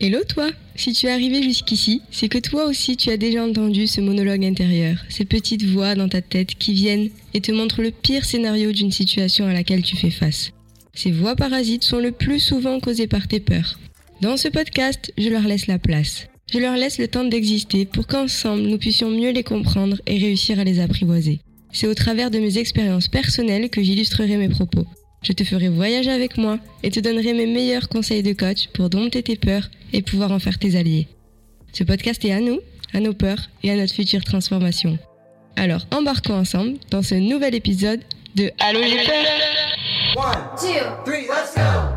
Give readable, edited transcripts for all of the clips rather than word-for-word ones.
Hello toi! Si tu es arrivé jusqu'ici, c'est que toi aussi tu as déjà entendu ce monologue intérieur, ces petites voix dans ta tête qui viennent et te montrent le pire scénario d'une situation à laquelle tu fais face. Ces voix parasites sont le plus souvent causées par tes peurs. Dans ce podcast, je leur laisse la place. Je leur laisse le temps d'exister pour qu'ensemble nous puissions mieux les comprendre et réussir à les apprivoiser. C'est au travers de mes expériences personnelles que j'illustrerai mes propos. Je te ferai voyager avec moi et te donnerai mes meilleurs conseils de coach pour dompter tes peurs et pouvoir en faire tes alliés. Ce podcast est à nous, à nos peurs et à notre future transformation. Alors embarquons ensemble dans ce nouvel épisode de Allô j'ai peur! 1, 2, 3, let's go!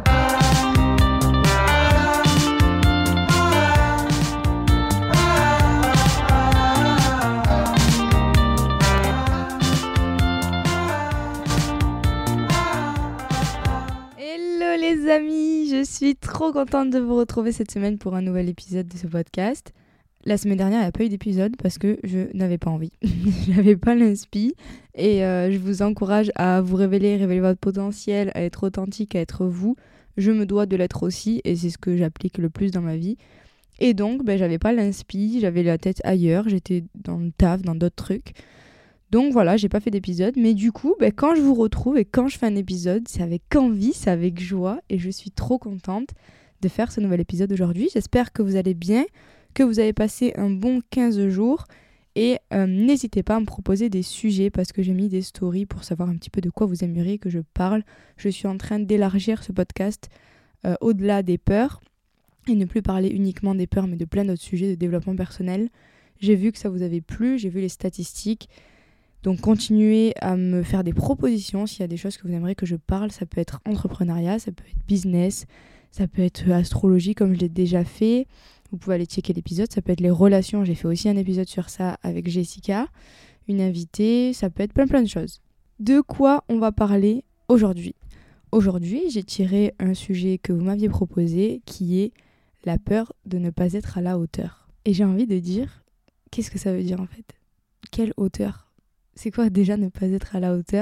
Hello les amis, je suis trop contente de vous retrouver cette semaine pour un nouvel épisode de ce podcast. La semaine dernière, il n'y a pas eu d'épisode parce que je n'avais pas envie. Je n'avais pas l'inspi et je vous encourage à vous révéler votre potentiel, à être authentique, à être vous. Je me dois de l'être aussi et c'est ce que j'applique le plus dans ma vie. Et donc, j'avais pas l'inspi, j'avais la tête ailleurs, j'étais dans le taf, dans d'autres trucs. Donc voilà, j'ai pas fait d'épisode, mais du coup, quand je vous retrouve et quand je fais un épisode, c'est avec envie, c'est avec joie et je suis trop contente de faire ce nouvel épisode aujourd'hui. J'espère que vous allez bien, que vous avez passé un bon 15 jours et n'hésitez pas à me proposer des sujets parce que j'ai mis des stories pour savoir un petit peu de quoi vous aimeriez que je parle. Je suis en train d'élargir ce podcast au-delà des peurs et ne plus parler uniquement des peurs mais de plein d'autres sujets de développement personnel. J'ai vu que ça vous avait plu, j'ai vu les statistiques. Donc continuez à me faire des propositions s'il y a des choses que vous aimeriez que je parle. Ça peut être entrepreneuriat, ça peut être business, ça peut être astrologie comme je l'ai déjà fait. Vous pouvez aller checker l'épisode. Ça peut être les relations. J'ai fait aussi un épisode sur ça avec Jessica, une invitée. Ça peut être plein de choses. De quoi on va parler aujourd'hui ? Aujourd'hui, j'ai tiré un sujet que vous m'aviez proposé qui est la peur de ne pas être à la hauteur. Et j'ai envie de dire, qu'est-ce que ça veut dire en fait ? Quelle hauteur ? C'est quoi déjà ne pas être à la hauteur ?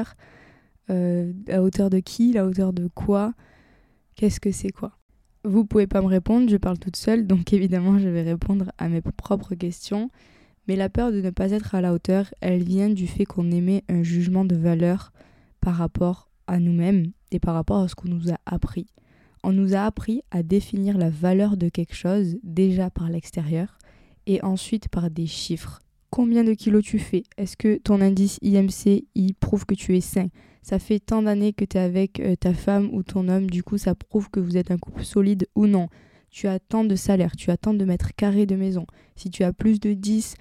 À hauteur de qui ? La hauteur de quoi ? Qu'est-ce que c'est quoi ? Vous pouvez pas me répondre, je parle toute seule, donc évidemment je vais répondre à mes propres questions. Mais la peur de ne pas être à la hauteur, elle vient du fait qu'on émet un jugement de valeur par rapport à nous-mêmes et par rapport à ce qu'on nous a appris. On nous a appris à définir la valeur de quelque chose déjà par l'extérieur et ensuite par des chiffres. Combien de kilos tu fais ? Est-ce que ton indice IMC, il prouve que tu es sain ? Ça fait tant d'années que tu es avec ta femme ou ton homme, du coup ça prouve que vous êtes un couple solide ou non. Tu as tant de salaire, tu as tant de mètres carrés de maison. Si tu as plus de 10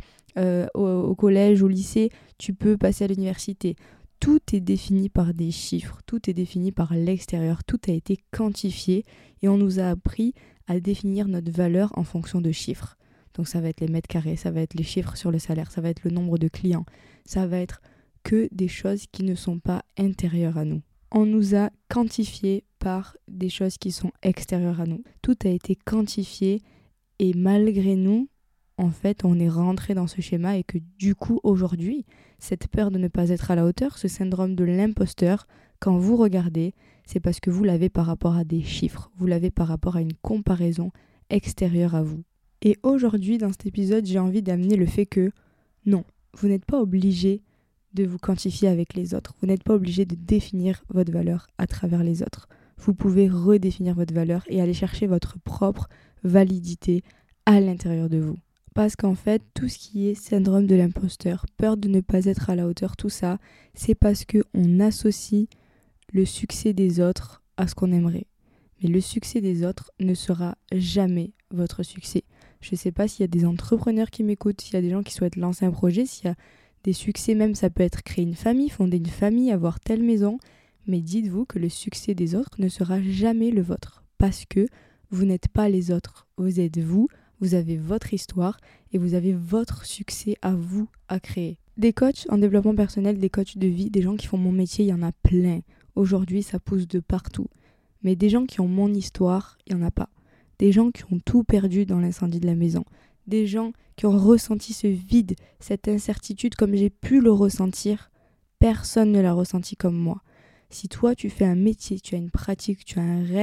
au collège, au lycée, tu peux passer à l'université. Tout est défini par des chiffres, tout est défini par l'extérieur, tout a été quantifié et on nous a appris à définir notre valeur en fonction de chiffres. Donc ça va être les mètres carrés, ça va être les chiffres sur le salaire, ça va être le nombre de clients, ça va être que des choses qui ne sont pas intérieures à nous. On nous a quantifié par des choses qui sont extérieures à nous. Tout a été quantifié et malgré nous, en fait, on est rentré dans ce schéma et que du coup, aujourd'hui, cette peur de ne pas être à la hauteur, ce syndrome de l'imposteur, quand vous regardez, c'est parce que vous l'avez par rapport à des chiffres, vous l'avez par rapport à une comparaison extérieure à vous. Et aujourd'hui, dans cet épisode, j'ai envie d'amener le fait que non, vous n'êtes pas obligé de vous quantifier avec les autres. Vous n'êtes pas obligé de définir votre valeur à travers les autres. Vous pouvez redéfinir votre valeur et aller chercher votre propre validité à l'intérieur de vous. Parce qu'en fait, tout ce qui est syndrome de l'imposteur, peur de ne pas être à la hauteur, tout ça, c'est parce qu'on associe le succès des autres à ce qu'on aimerait. Mais le succès des autres ne sera jamais votre succès. Je ne sais pas s'il y a des entrepreneurs qui m'écoutent, s'il y a des gens qui souhaitent lancer un projet, s'il y a des succès même, ça peut être créer une famille, fonder une famille, avoir telle maison. Mais dites-vous que le succès des autres ne sera jamais le vôtre. Parce que vous n'êtes pas les autres. Vous êtes vous, vous avez votre histoire et vous avez votre succès à vous à créer. Des coachs en développement personnel, des coachs de vie, des gens qui font mon métier, il y en a plein. Aujourd'hui, ça pousse de partout. Mais des gens qui ont mon histoire, il n'y en a pas. Des gens qui ont tout perdu dans l'incendie de la maison. Des gens qui ont ressenti ce vide, cette incertitude comme j'ai pu le ressentir. Personne ne l'a ressenti comme moi. Si toi, tu fais un métier, tu as une pratique, tu as un rêve,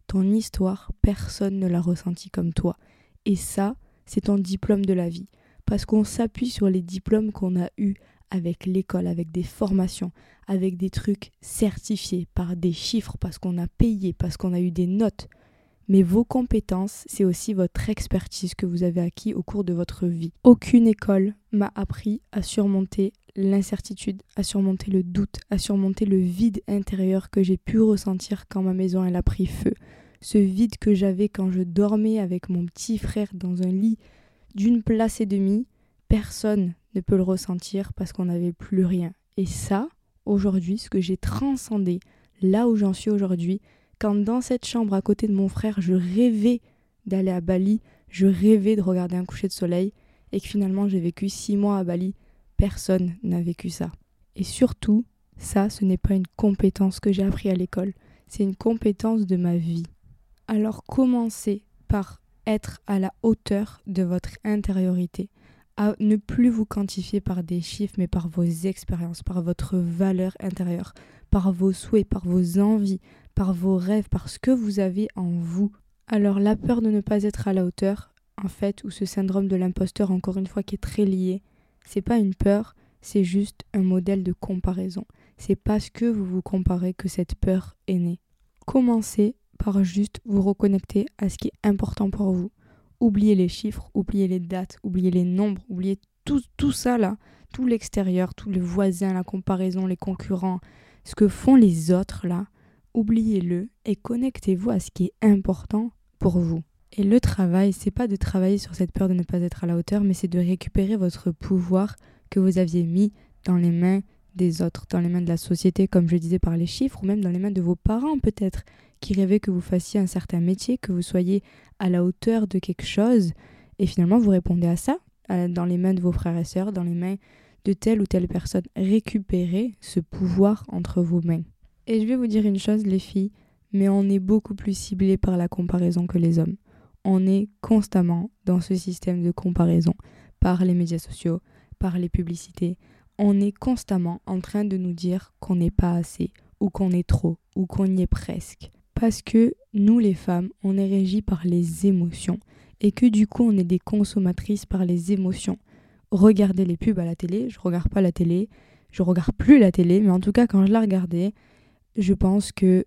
ton histoire, personne ne l'a ressenti comme toi. Et ça, c'est ton diplôme de la vie. Parce qu'on s'appuie sur les diplômes qu'on a eus avec l'école, avec des formations, avec des trucs certifiés par des chiffres, parce qu'on a payé, parce qu'on a eu des notes. Mais vos compétences, c'est aussi votre expertise que vous avez acquis au cours de votre vie. Aucune école m'a appris à surmonter l'incertitude, à surmonter le doute, à surmonter le vide intérieur que j'ai pu ressentir quand ma maison elle a pris feu. Ce vide que j'avais quand je dormais avec mon petit frère dans un lit d'une place et demie, personne ne peut le ressentir parce qu'on n'avait plus rien. Et ça, aujourd'hui, ce que j'ai transcendé, là où j'en suis aujourd'hui, quand dans cette chambre à côté de mon frère, je rêvais d'aller à Bali, je rêvais de regarder un coucher de soleil, et que finalement j'ai vécu 6 mois à Bali, personne n'a vécu ça. Et surtout, ça, ce n'est pas une compétence que j'ai appris à l'école, c'est une compétence de ma vie. Alors commencez par être à la hauteur de votre intériorité, à ne plus vous quantifier par des chiffres, mais par vos expériences, par votre valeur intérieure, par vos souhaits, par vos envies, par vos rêves, par ce que vous avez en vous. Alors la peur de ne pas être à la hauteur, en fait, ou ce syndrome de l'imposteur, encore une fois, qui est très lié, c'est pas une peur, c'est juste un modèle de comparaison. C'est parce que vous vous comparez que cette peur est née. Commencez par juste vous reconnecter à ce qui est important pour vous. Oubliez les chiffres, oubliez les dates, oubliez les nombres, oubliez tout ça là, tout l'extérieur, tout le voisin, la comparaison, les concurrents, ce que font les autres là. Oubliez-le et connectez-vous à ce qui est important pour vous. Et le travail, c'est pas de travailler sur cette peur de ne pas être à la hauteur, mais c'est de récupérer votre pouvoir que vous aviez mis dans les mains des autres, dans les mains de la société, comme je disais par les chiffres, ou même dans les mains de vos parents peut-être, qui rêvaient que vous fassiez un certain métier, que vous soyez à la hauteur de quelque chose, et finalement vous répondez à ça, dans les mains de vos frères et sœurs, dans les mains de telle ou telle personne. Récupérez ce pouvoir entre vos mains. Et je vais vous dire une chose, les filles, mais on est beaucoup plus ciblés par la comparaison que les hommes. On est constamment dans ce système de comparaison, par les médias sociaux, par les publicités. On est constamment en train de nous dire qu'on n'est pas assez, ou qu'on est trop, ou qu'on y est presque. Parce que nous, les femmes, on est régies par les émotions, et que du coup, on est des consommatrices par les émotions. Regardez les pubs à la télé, je regarde pas la télé, je regarde plus la télé, mais en tout cas, quand je la regardais, je pense que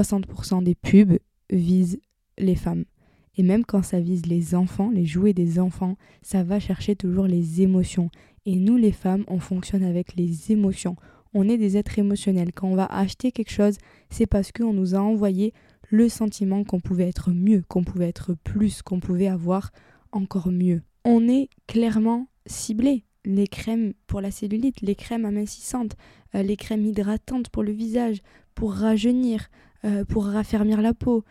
60% des pubs visent les femmes. Et même quand ça vise les enfants, les jouets des enfants, ça va chercher toujours les émotions. Et nous, les femmes, on fonctionne avec les émotions. On est des êtres émotionnels. Quand on va acheter quelque chose, c'est parce qu'on nous a envoyé le sentiment qu'on pouvait être mieux, qu'on pouvait être plus, qu'on pouvait avoir encore mieux. On est clairement ciblé. Les crèmes pour la cellulite, les crèmes amincissantes, les crèmes hydratantes pour le visage, pour rajeunir, pour raffermir la peau.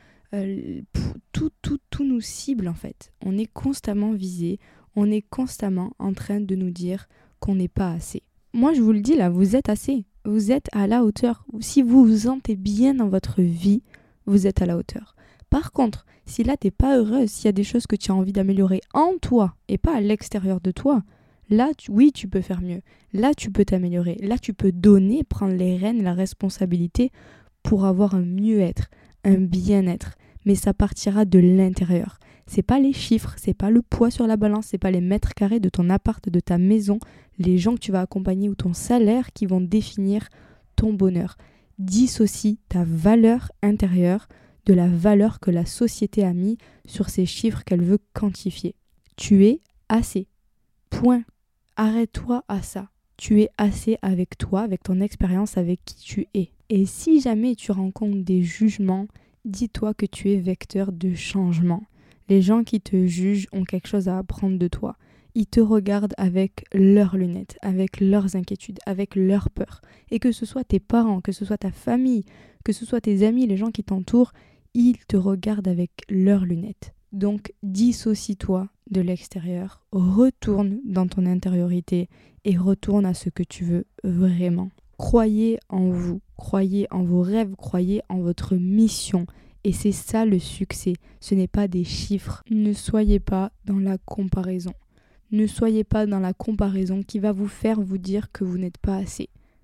Tout nous cible en fait. On est constamment visé, on est constamment en train de nous dire qu'on n'est pas assez. Moi je vous le dis là, vous êtes assez, vous êtes à la hauteur. Si vous vous sentez bien dans votre vie, vous êtes à la hauteur. Par contre, si là t'es pas heureuse, s'il y a des choses que tu as envie d'améliorer en toi et pas à l'extérieur de toi, là oui tu peux faire mieux, là tu peux t'améliorer, là tu peux donner, prendre les rênes, la responsabilité pour avoir un mieux-être, un bien-être. Mais ça partira de l'intérieur. C'est pas les chiffres, c'est pas le poids sur la balance, c'est pas les mètres carrés de ton appart, de ta maison, les gens que tu vas accompagner ou ton salaire qui vont définir ton bonheur. Dissocie ta valeur intérieure de la valeur que la société a mis sur ces chiffres qu'elle veut quantifier. Tu es assez. Point. Arrête-toi à ça. Tu es assez avec toi, avec ton expérience, avec qui tu es. Et si jamais tu rencontres des jugements, dis-toi que tu es vecteur de changement. Les gens qui te jugent ont quelque chose à apprendre de toi. Ils te regardent avec leurs lunettes, avec leurs inquiétudes, avec leurs peurs. Et que ce soit tes parents, que ce soit ta famille, que ce soit tes amis, les gens qui t'entourent, ils te regardent avec leurs lunettes. Donc dissocie-toi de l'extérieur, retourne dans ton intériorité et retourne à ce que tu veux vraiment. Croyez en vous, croyez en vos rêves, croyez en votre mission. Et c'est ça le succès, ce n'est pas des chiffres. Ne soyez pas dans la comparaison. Ne soyez pas dans la comparaison qui va vous faire vous dire que vous n'êtes pas assez,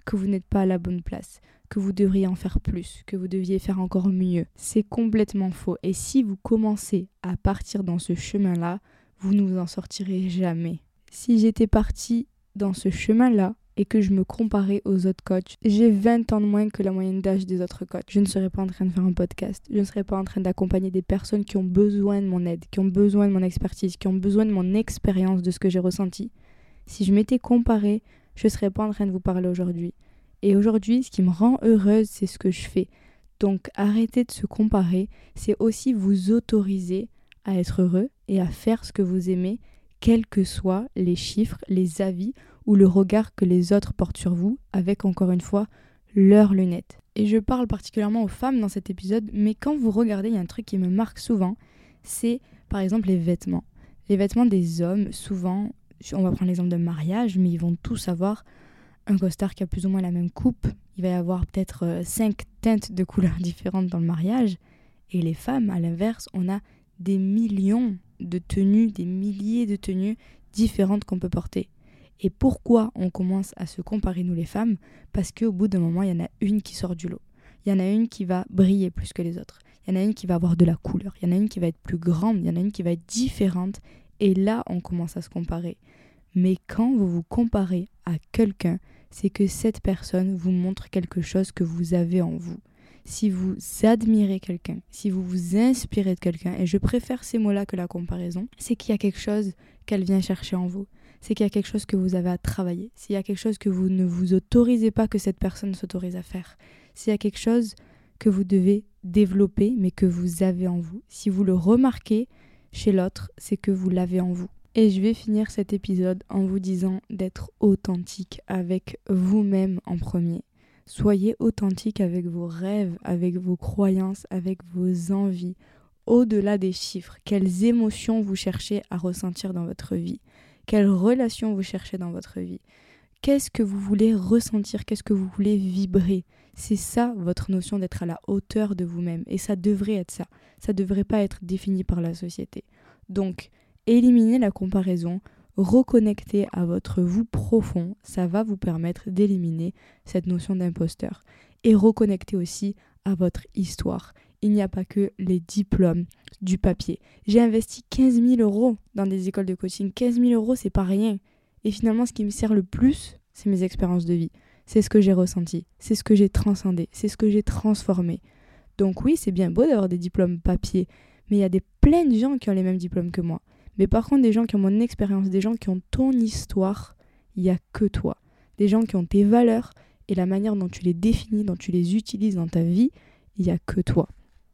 que vous n'êtes pas à la bonne place, que vous devriez en faire plus, que vous deviez faire encore mieux. C'est complètement faux. Et si vous commencez à partir dans ce chemin-là, vous ne vous en sortirez jamais. Si j'étais partie dans ce chemin-là et que je me comparais aux autres coachs, j'ai 20 ans de moins que la moyenne d'âge des autres coachs. Je ne serais pas en train de faire un podcast. Je ne serais pas en train d'accompagner des personnes qui ont besoin de mon aide, qui ont besoin de mon expertise, qui ont besoin de mon expérience, de ce que j'ai ressenti. Si je m'étais comparée, je ne serais pas en train de vous parler aujourd'hui. Et aujourd'hui, ce qui me rend heureuse, c'est ce que je fais. Donc arrêtez de se comparer, c'est aussi vous autoriser à être heureux et à faire ce que vous aimez, quels que soient les chiffres, les avis ou le regard que les autres portent sur vous, avec encore une fois leurs lunettes. Et je parle particulièrement aux femmes dans cet épisode, mais quand vous regardez, il y a un truc qui me marque souvent, c'est par exemple les vêtements. Les vêtements des hommes, souvent, on va prendre l'exemple de mariage, mais ils vont tous avoir un costard qui a plus ou moins la même coupe. Il va y avoir peut-être 5 teintes de couleurs différentes dans le mariage. Et les femmes, à l'inverse, on a des millions de tenues, des milliers de tenues différentes qu'on peut porter. Et pourquoi on commence à se comparer, nous les femmes ? Parce qu'au bout d'un moment, il y en a une qui sort du lot. Il y en a une qui va briller plus que les autres. Il y en a une qui va avoir de la couleur. Il y en a une qui va être plus grande. Il y en a une qui va être différente. Et là, on commence à se comparer. Mais quand vous vous comparez à quelqu'un, c'est que cette personne vous montre quelque chose que vous avez en vous. Si vous admirez quelqu'un, si vous vous inspirez de quelqu'un, et je préfère ces mots-là que la comparaison, c'est qu'il y a quelque chose qu'elle vient chercher en vous. C'est qu'il y a quelque chose que vous avez à travailler. S'il y a quelque chose que vous ne vous autorisez pas que cette personne s'autorise à faire. S'il y a quelque chose que vous devez développer, mais que vous avez en vous. Si vous le remarquez chez l'autre, c'est que vous l'avez en vous. Et je vais finir cet épisode en vous disant d'être authentique avec vous-même en premier. Soyez authentique avec vos rêves, avec vos croyances, avec vos envies, au-delà des chiffres. Quelles émotions vous cherchez à ressentir dans votre vie ? Quelles relations vous cherchez dans votre vie ? Qu'est-ce que vous voulez ressentir ? Qu'est-ce que vous voulez vibrer ? C'est ça votre notion d'être à la hauteur de vous-même. Et ça devrait être ça. Ça ne devrait pas être défini par la société. Donc, éliminez la comparaison, reconnectez à votre vous profond, ça va vous permettre d'éliminer cette notion d'imposteur. Et reconnectez aussi à votre histoire. Il n'y a pas que les diplômes, du papier. J'ai investi 15 000 € dans des écoles de coaching. 15 000 €, c'est pas rien. Et finalement, ce qui me sert le plus, c'est mes expériences de vie. C'est ce que j'ai ressenti, c'est ce que j'ai transcendé, c'est ce que j'ai transformé. Donc oui, c'est bien beau d'avoir des diplômes papier, mais il y a plein de gens qui ont les mêmes diplômes que moi. Mais par contre, des gens qui ont mon expérience, des gens qui ont ton histoire, il n'y a que toi. Des gens qui ont tes valeurs et la manière dont tu les définis, dont tu les utilises dans ta vie, il n'y a que toi.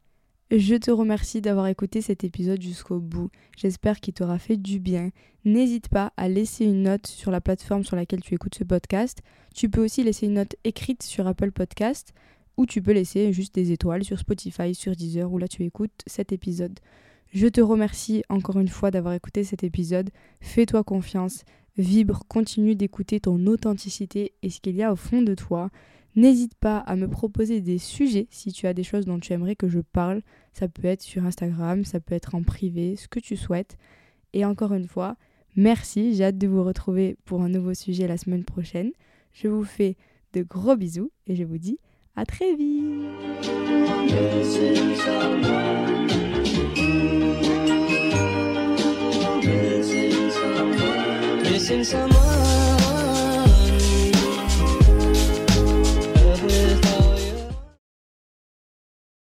Je te remercie d'avoir écouté cet épisode jusqu'au bout. J'espère qu'il t'aura fait du bien. N'hésite pas à laisser une note sur la plateforme sur laquelle tu écoutes ce podcast. Tu peux aussi laisser une note écrite sur Apple Podcast ou tu peux laisser juste des étoiles sur Spotify, sur Deezer où là tu écoutes cet épisode. Je te remercie encore une fois d'avoir écouté cet épisode. Fais-toi confiance, vibre, continue d'écouter ton authenticité et ce qu'il y a au fond de toi. N'hésite pas à me proposer des sujets si tu as des choses dont tu aimerais que je parle. Ça peut être sur Instagram, ça peut être en privé, ce que tu souhaites. Et encore une fois, merci, j'ai hâte de vous retrouver pour un nouveau sujet la semaine prochaine. Je vous fais de gros bisous et je vous dis à très vite. Missing someone